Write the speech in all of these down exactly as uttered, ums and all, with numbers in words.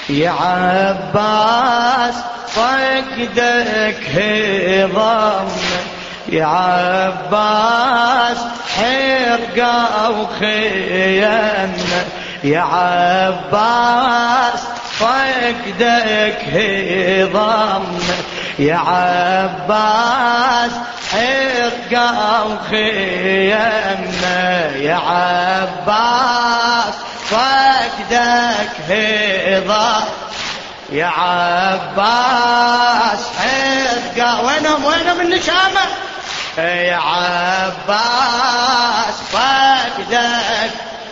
يا عباس فقدك هضمنا، يا عباس حرقة وخيمنا، يا عباس فقدك هضمنا، يا عباس حرقة وخيمنا، يا عباس فقدك هضمنا، يا عباس حرقة. وينهم وينهم النشامة؟ يا عباس فقدك،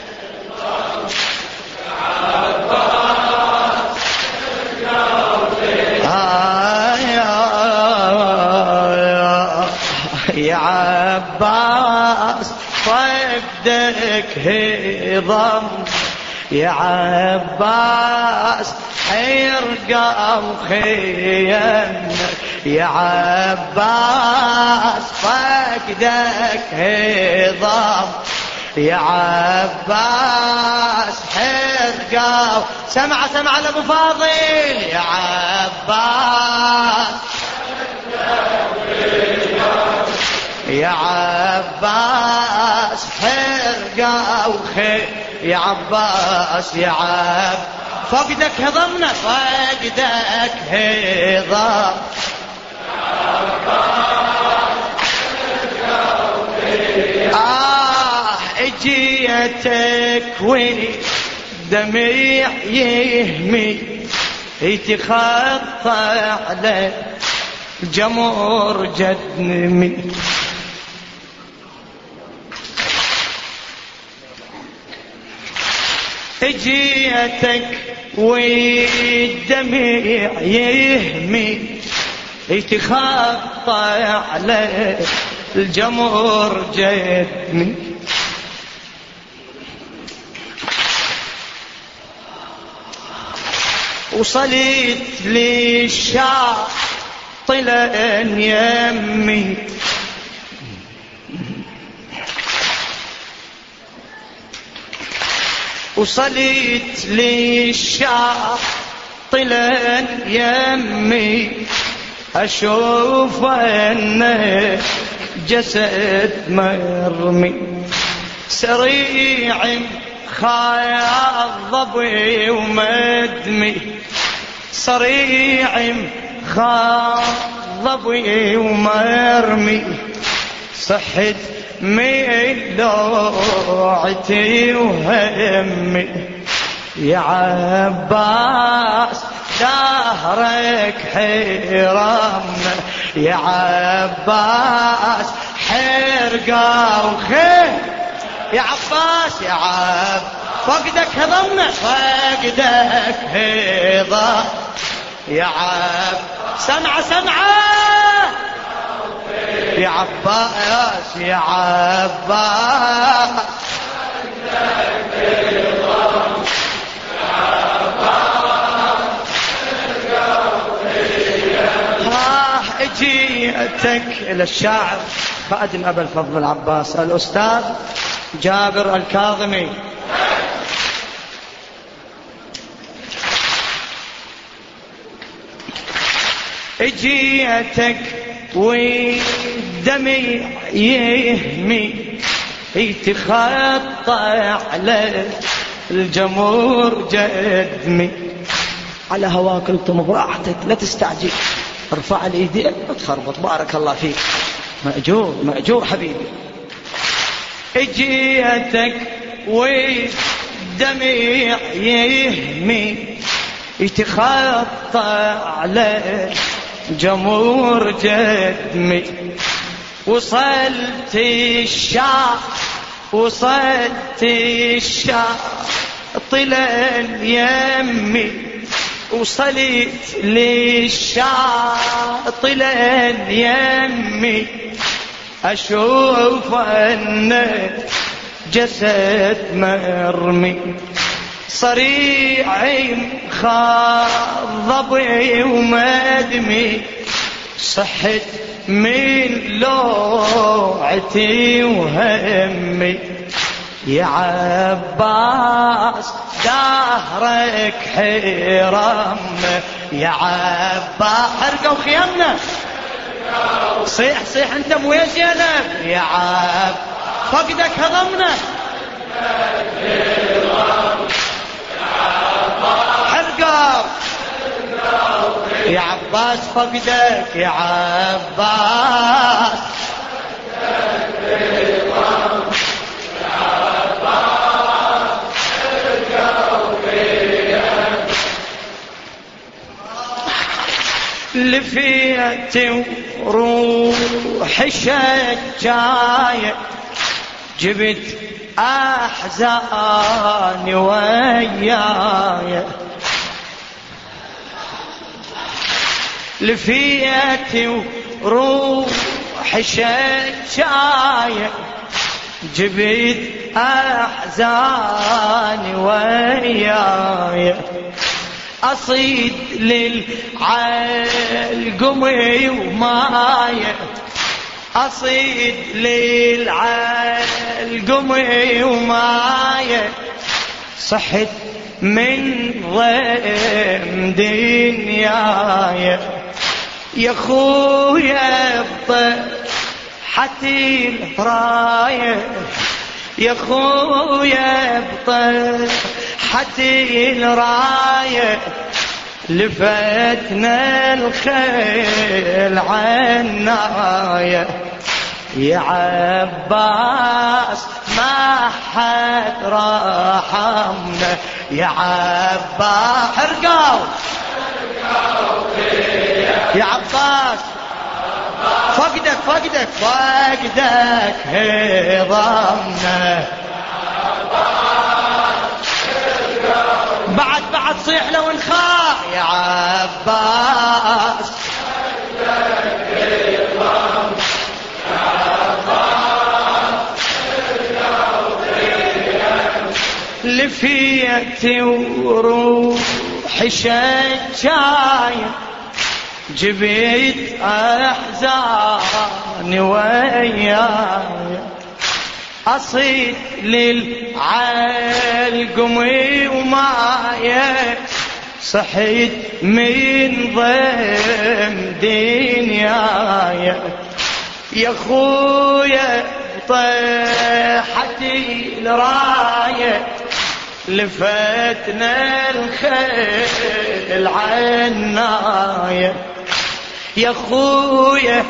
يا عباس فقدك هضم، يا عباس حرقة وخيمنا، يا عباس فقدك هضم، يا عباس حرقة. سمع سمع لأبو فاضل، يا عباس يا عباس حرقة وخير، يا عباس يا عب فقدك هضمنا، فقدك هضم، آه اجيتك والدمع يهمي يتخطى على جمر جدنمي، اجيتك والدمع يهمي يتخطى على الجمر جدني، وصلت للشاطئ لأن يمي وصلت للشاطئ لأن يمي أشوف أنه جسد مرمي، سريع خاض ضبي ومدمي، سريع خاض ضبي ومرمي، صحت ميلوعتي وهمي، يا عباس دهرك حرمنا، يا عباس حرقة وخير، يا عباس يا عب فقدك هضمنا، فقدك هضم، يا عب سمع سمعة يا عباس يا عباس ها اجيتك الى الشاعر خادم ابا الفضل العباس الاستاذ جابر الكاظمي. اجيتك والدمع يهمي يتخطى على الجمهور جدمي، على هواك قلتم براحتك لا تستعجل، ارفع الايدين وتخربط، بارك الله فيك، مأجور مأجور حبيبي. اجيتك والدمع يهمي يتخطى على جمهور جدمي، وصلت الشاط وصلت الشاط طلال يمي، وصلت للشاط طلال يمي، أشوف أن جسد مرمي، صريع خاض ضبي ومدمي، صحت من لوعتي وهمي، يا عباس دهرك حرام يا عباس حرقوا خيامنا صيح صيح انت مو يا زينب يا عب فقدك هضمنا حرقوا يا عباس فقدك يا عباس لفيت وروحي شجاية جبت أحزاني وياي لفيت وروحي شجاية جبت أحزاني وياي أصيد للعلقم وماي أصيد للعلقم وماي صحت من ضيم دنياي يا خويا بطحتي الراية يا خويا بطحتي الراية لفتنا الخيل عناية يا عباس ما حد رحمنا يا عباس حرقوا يا عباس فقدك فقدك فقدك هضمنا بعد بعد صيح لو انخاء يا عباس لفيت وروحي شجاية جبت أحزاني وياي أصيد للعلقم وماي صحيت من ضيم دنياي يا خويا طيحتي الراية لفتنا الخيل عناية يا خويا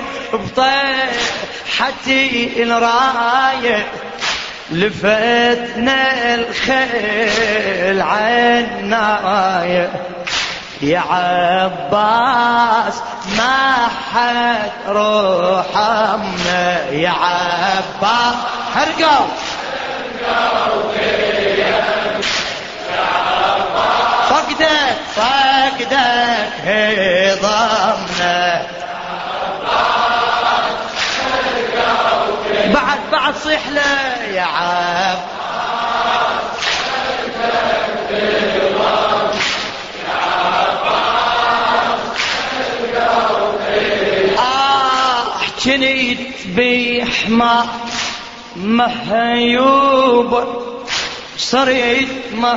بطيحتي الراية لفتنا الخيل عناية يا عباس ما حد رحمنا يا عباس حرقوا فقدك فقدك هضمنا بعد بعد صيح له يا عباس آه جنيت بحما مهيوب صريت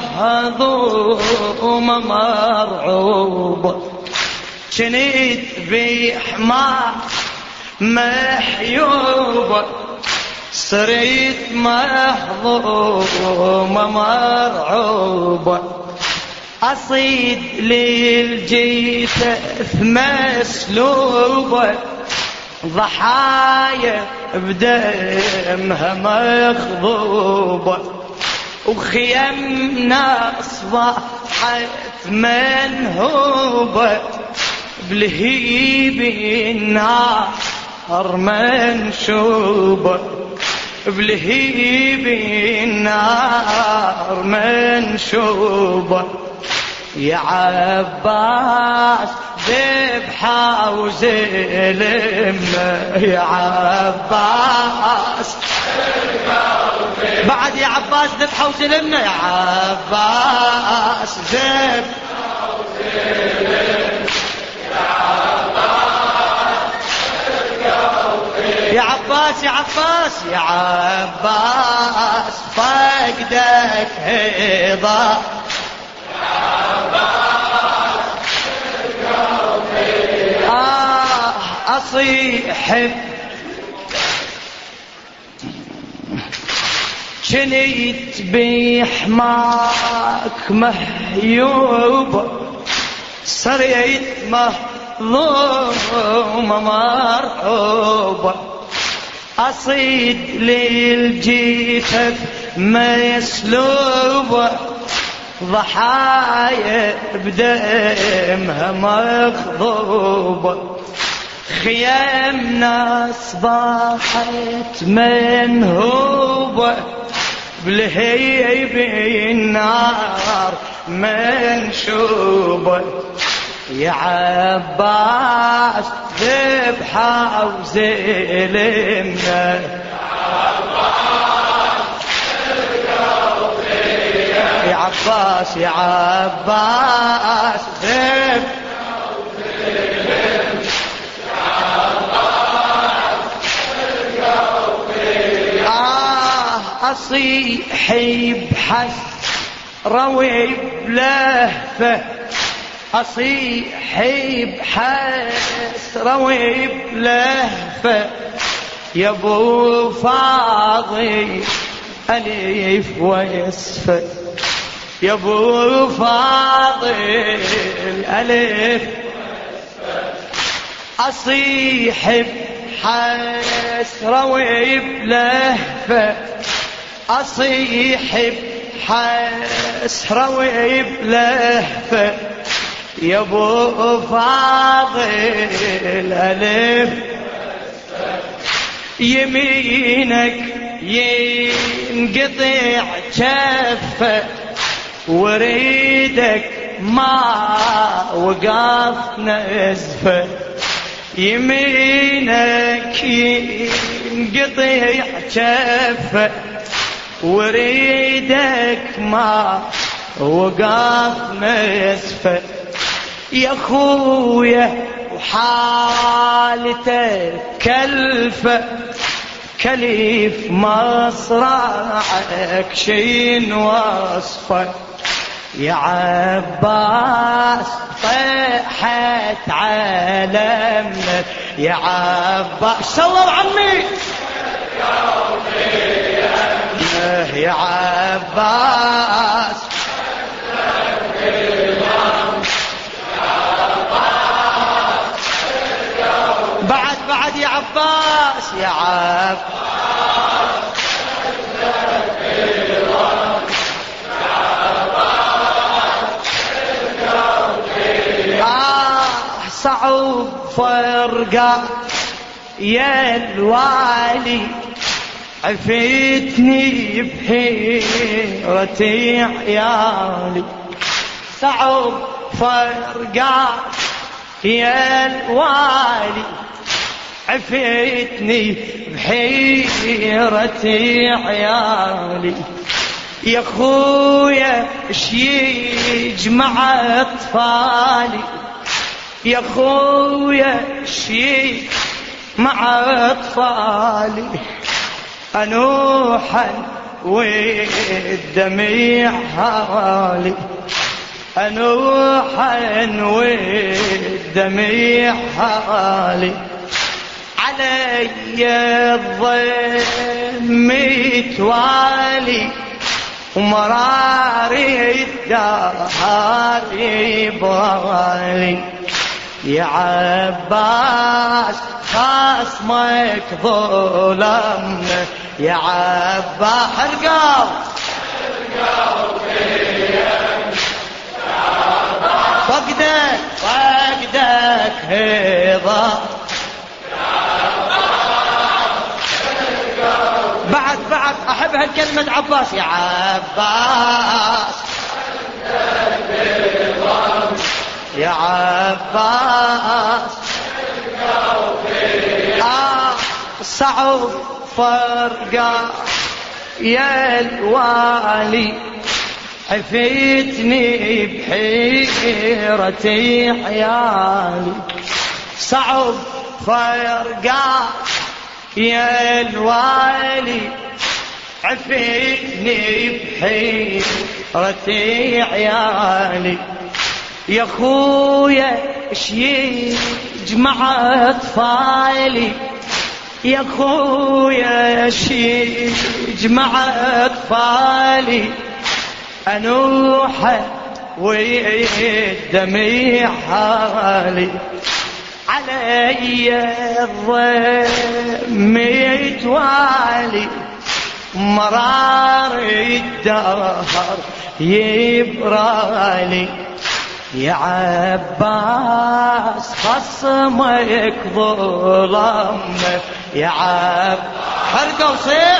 مهضوم مرعوب جنيت بحما محيوب صريت مهضوم مرعوب أصيد للجثث مسلوبة ضحايا بدمها مخضوبة وخيمنا أصبحت منهوبة بلهيب النار منشوبة بلهيب النار منشوبة يا عباس ذبحة وزلم يا عباس بعد يا عباس ذبحة وزلمنا يا عباس ذبحة وزلم يا عباس عباس يا عباس يا عباس فقدك هضا آه أصيح جنيت بحماك مهيوب صريت مظلوم مرعوب أصيد للجيفة مسلوب ضحايا بدمها مخضوب خيام ناس ضاحت منهوب بالهيب النار منشوب يا عباس ذبحة وزلمنا يا عباس يا عباس ذبحة وزلمنا آه أصيح بحس روي بلهفة أصيح بحس روي بلهفة يا ابو فاضي أليف ويصفى يا ابو فاضي الألف أصيح بحس روي بلهفة أصيح بحس روي بلهفة يا ابو فاضل الألف يمينك ينقطع كفه وريدك ما وقف نزفه يمينك ينقطع كفه وريدك ما وقف نزفه يا خويا وحالته كلفة كليف مصرعك شين وصفه يا عباس طيحت عالمنا يا عباس صلوا عمي يا عباس بعد بعد يا عباس يا عباس آه صعب فرقة يا الوالي عفيتني بحيرتي عيالي صعب فرقة يا الوالي عفيتني بحيرتي عيالي يا خويا اش يجمع اطفالي يا خويا اش مع اطفالي انوحا والدميع حوالي انوحا والدميع حوالي علي الضم يتوالي ومراري الدهر يبغالي يا عباس خصمك ظلمنا يا عباس حرقاو فقدك فقدك هضا بعد بعد أحب هالكلمة عباس يا عباس يا عباس آه صعب فرقة يا الوالي عفيتني بحيرتي عيالي صعب فرقة يا الوالي عفيتني بحيرتي عيالي، يا خويا اش يجمع اطفالي، يا خويا اش يجمع اطفالي، انوحه والدمع حالي، علي الضم يتوالي، مرار الدهر يبرالي، يا عباس خصمك ظلمنا، يا عب حرقة وصيح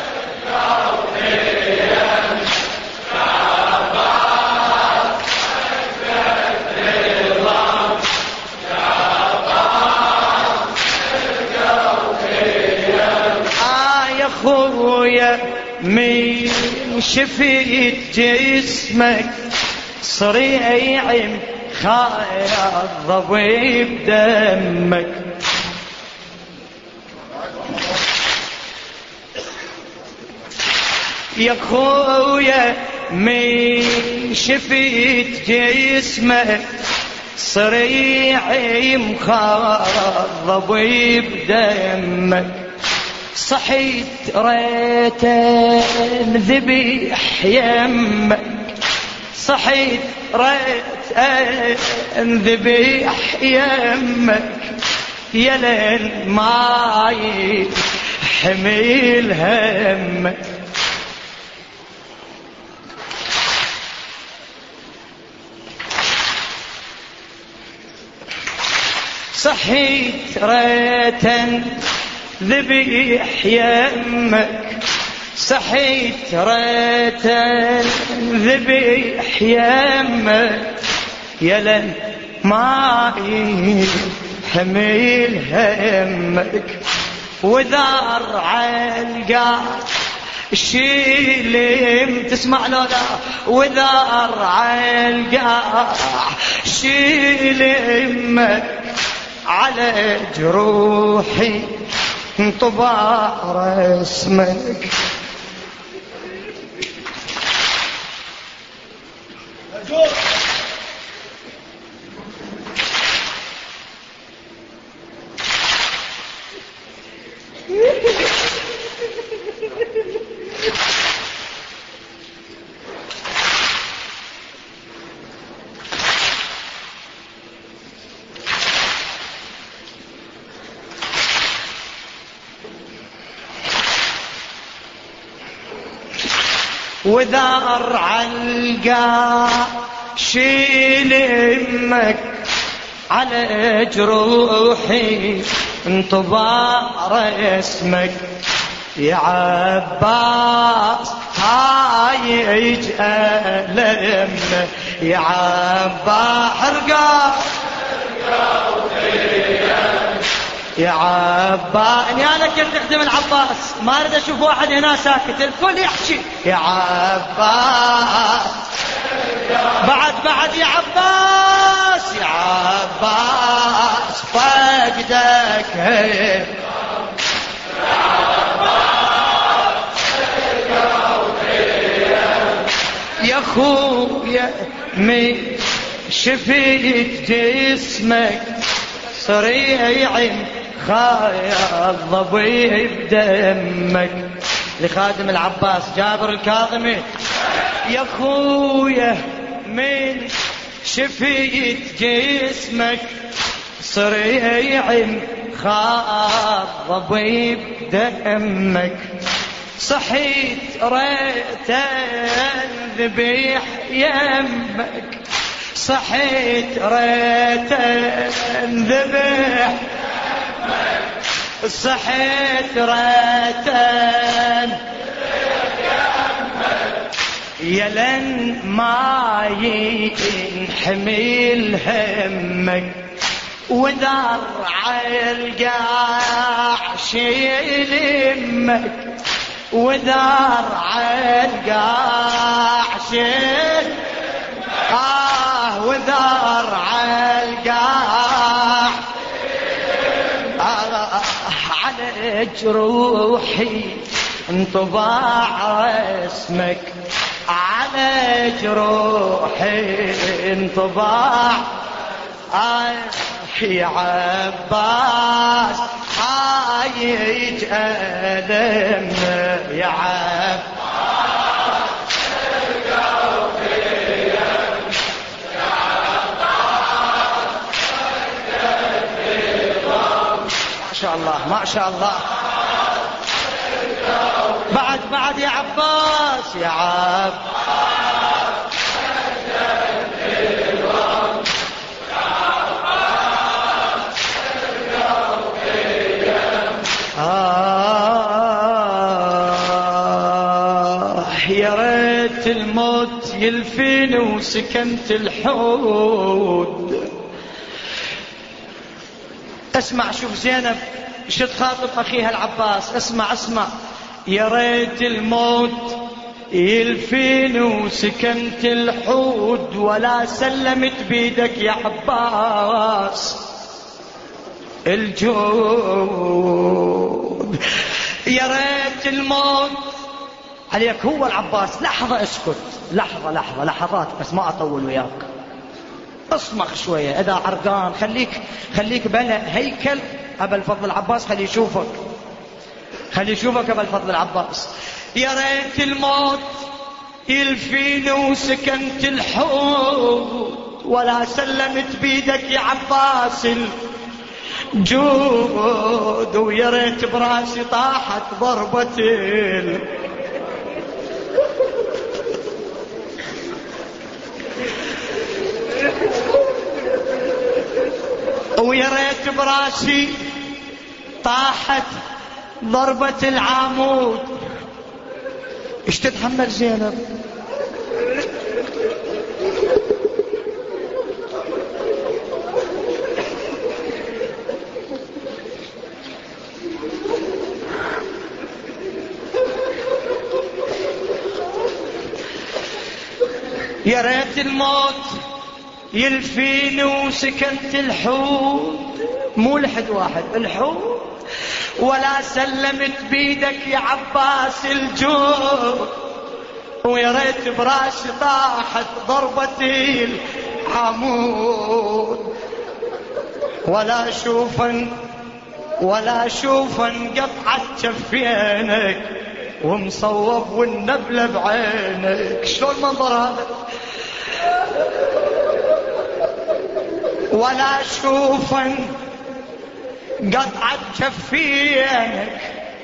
خويا من شفيت جسمك صريع خايا الضبيب دمك، يا خويا من شفيت جسمك صريع مخضب بدمك، صحيت ريت انذبح يمك، صحيت ريت انذبح يمك، يا لين ما يحمل همك، صحيت ريت ذبيح يمك، صحيت ريت ذبيح يمك، يا لن ما يحمل همك، وذار عالقاع شيلم تسمع لو لا، وذار عالقاع شيلمك، على جروحي انطبع رسمك، وذار علقا شيل امك، على جروحي انطبع رسمك، يا عباس هايج ألمنا، يا عباس حرقا يا عباس، اني انا كنت اخدم العباس ما اريد اشوف واحد هنا ساكت الكل يحكي، يا عباس بعد بعد يا عباس، يا عباس فقدك هي يا خويا من شفيت جسمك صريع خايا الضبيب دمك، لخادم العباس جابر الكاظمي، يا خويا من شفيت جسمك صريع خايا الضبيب دمك، صحيت ريت ذبيح يمك، صحيت ريت ذبح، صحيت ريت يا لن ما ينحمل همك، وذرع القاع شيل امك، وذرع القاع شيل آه وذرع القاع آه على على جروحي انطباع اسمك، على جروحي انطباع يا عباس حايج ألم يا عباس ما شاء الله ما شاء الله. بعد بعد يا عباس يا عباس آه يا ريت الموت يلفيني وسكنت الحود. اسمع شوف زينب شو تخاطب اخيها العباس، اسمع اسمع. يا ريت الموت يلفيني وسكنت الحود، ولا سلمت بيدك يا عباس الجود. يا ريت الموت عليك هو العباس. لحظة اسكت، لحظة لحظة لحظات بس ما اطول وياك. اصمخ شوية اذا عرقان، خليك خليك بلا هيكل ابا الفضل العباس، خلي يشوفك خلي يشوفك ابا الفضل العباس. يا ريت الموت يلفيني وسكنت الحوض، ولا سلمت بيدك يا عباس الجود. ويا ريت براسي طاحت ضربة ال... ويا ريت براسي طاحت ضربة العمود. ايش تتحمل زينب؟ يا ريت الموت يلفيني وسكنت الحوت، مو لحد واحد الحوت، ولا سلمت بيدك يا عباس الجود. ويا ريت براسي طاحت ضربة العمود، ولا شوفا ولا شوفا قطعت كفينك ومصوب والنبلة بعينك. شلون المنظر هذا؟ ولا شوفا قطعت كفينك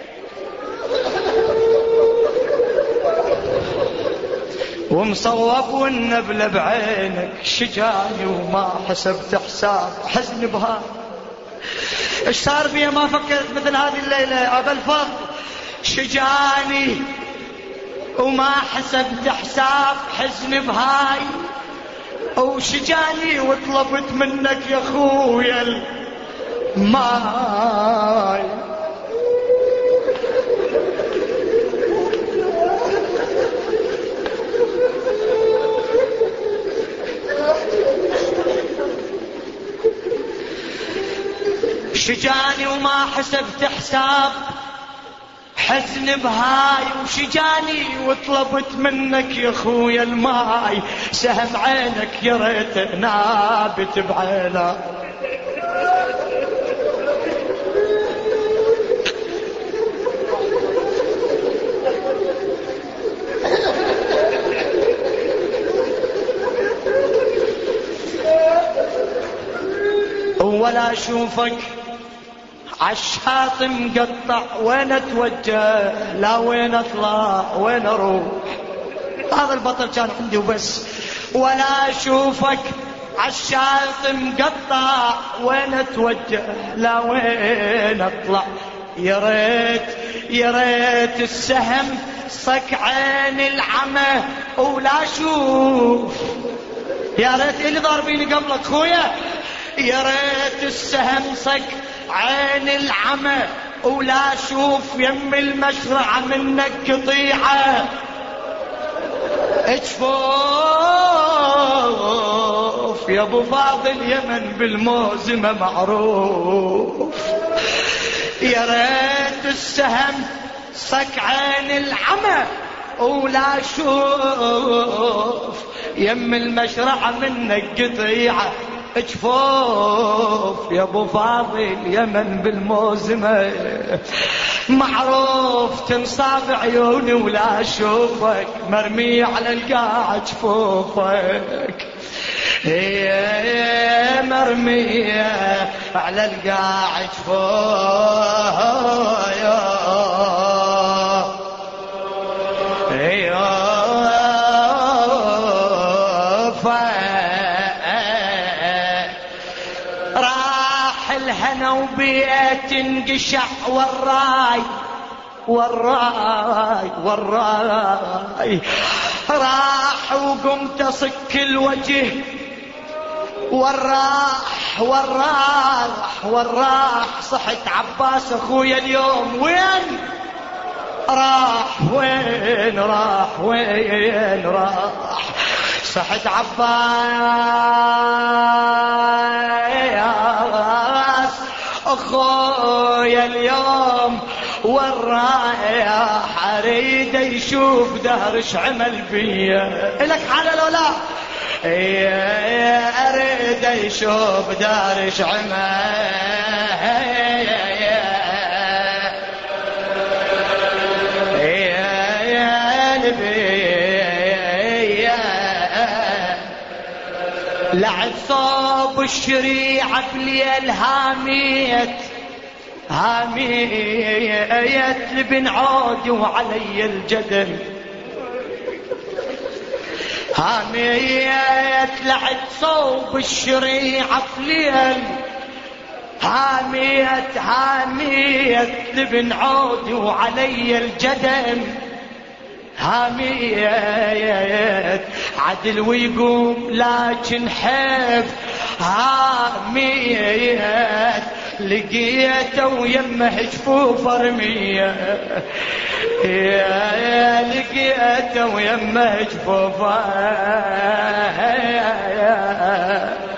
ومصوب والنبلة بعينك. شجاني وما حسبت حساب حزن بها. ايش صار بي ما فكرت مثل هذه الليلة ابا الفضل؟ شجاني وما حسبت حساب حزن بهاي، وشجاني وطلبت منك يا خويا الماي. شجاني وما حسبت حساب حزن بهاي، وشجاني وطلبت منك يا خويا الماي. سهم عينك يا ريت نابت بعينك. ولا اشوفك عالشاطئ مقطع، وين اتوجه لا وين اطلع وين اروح. هذا البطل كان عندي وبس. ولا اشوفك عالشاطئ مقطع، وين اتوجه لا وين اطلع. يا ريت يا ريت السهم صك عين العمى ولا اشوف. يا ريت اللي ضاربيني قبلك خويا. يا ريت السهم صك عين العمى ولا اشوف يم المشرع منك قطيعة. اجفوف يا ابو فاضل يمن بالموزمة معروف. يا ريت السهم صك عين العمى ولا شوف يم المشرع منك قطيعة جفوف. يا ابو فاضل يمن بالموزمة معروف تنصاب عيوني ولا اشوفك مرمي على القاع جفوفك. هي مرمية على القاع جفوفك. راح الهنا وبيت انقشع والراي والراي والراي راح وقمت اصك الوجه والراح والراح والراح. صحت عباس اخويا اليوم وين راح وين راح وين راح. صحت عباس اخويا اليوم والرايح اريد يشوف دهرش عمل بيا. الك حالة لو لا اريد يشوف دهرش عمل لعب صوب الشريعة بليل هاميت هاميت لبن عود وعلي الجدل هاميت لعب صوب الشريعة بليل هاميت هاميت لبن عود وعلي الجدل هاميت عدل ويقوم لكن حيف هاميت لقيته ويمه جفوف رمية لقيته ويمه جفوف